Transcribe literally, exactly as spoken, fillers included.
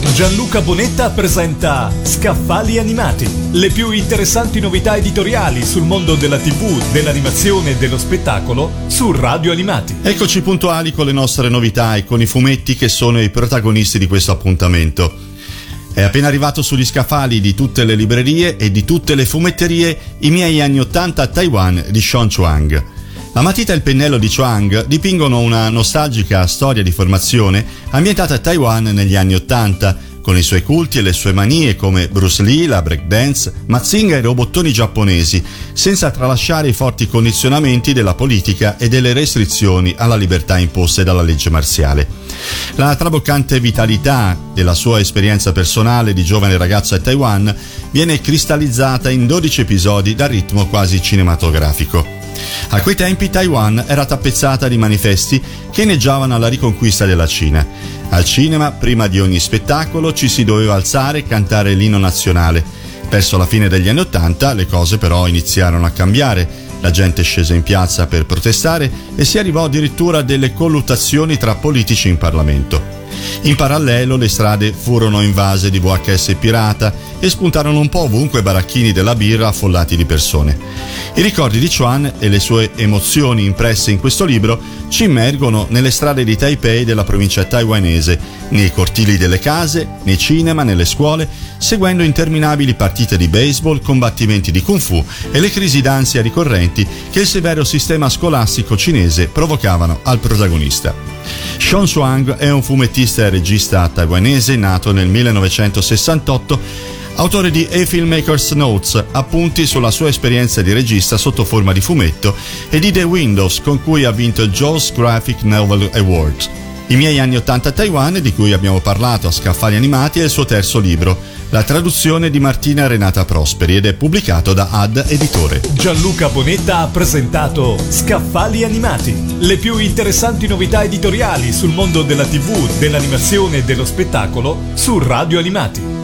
Gianluca Bonetta presenta Scaffali Animati, le più interessanti novità editoriali sul mondo della tivù, dell'animazione e dello spettacolo su Radio Animati. Eccoci puntuali con le nostre novità e con i fumetti che sono i protagonisti di questo appuntamento. È appena arrivato sugli scaffali di tutte le librerie e di tutte le fumetterie I miei anni ottanta a Taiwan di Sean Chuang. La matita e il pennello di Chuang dipingono una nostalgica storia di formazione ambientata a Taiwan negli anni ottanta, con i suoi culti e le sue manie come Bruce Lee, la breakdance, Mazinga e i robottoni giapponesi, senza tralasciare i forti condizionamenti della politica e delle restrizioni alla libertà imposte dalla legge marziale. La traboccante vitalità della sua esperienza personale di giovane ragazzo a Taiwan viene cristallizzata in dodici episodi dal ritmo quasi cinematografico. A quei tempi Taiwan era tappezzata di manifesti che inneggiavano alla riconquista della Cina. Al cinema, prima di ogni spettacolo, ci si doveva alzare e cantare l'inno nazionale. Verso la fine degli anni Ottanta le cose però iniziarono a cambiare. La gente scese in piazza per protestare e si arrivò addirittura a delle colluttazioni tra politici in Parlamento. In parallelo le strade furono invase di V H S pirata e spuntarono un po' ovunque baracchini della birra affollati di persone. I ricordi di Chuan e le sue emozioni impresse in questo libro ci immergono nelle strade di Taipei della provincia taiwanese, nei cortili delle case, nei cinema, nelle scuole, seguendo interminabili partite di baseball, combattimenti di kung fu e le crisi d'ansia ricorrenti che il severo sistema scolastico cinese provocavano al protagonista. Sean Chuang è un fumettista e regista taiwanese nato nel millenovecentosessantotto, autore di A Filmmaker's Notes, appunti sulla sua esperienza di regista sotto forma di fumetto, e di The Windows, con cui ha vinto il Jaws Graphic Novel Award. I miei anni ottanta a Taiwan, di cui abbiamo parlato a Scaffali Animati, è il suo terzo libro, la traduzione di Martina Renata Prosperi, ed è pubblicato da A D Editore. Gianluca Bonetta ha presentato Scaffali Animati, le più interessanti novità editoriali sul mondo della tivù, dell'animazione e dello spettacolo su Radio Animati.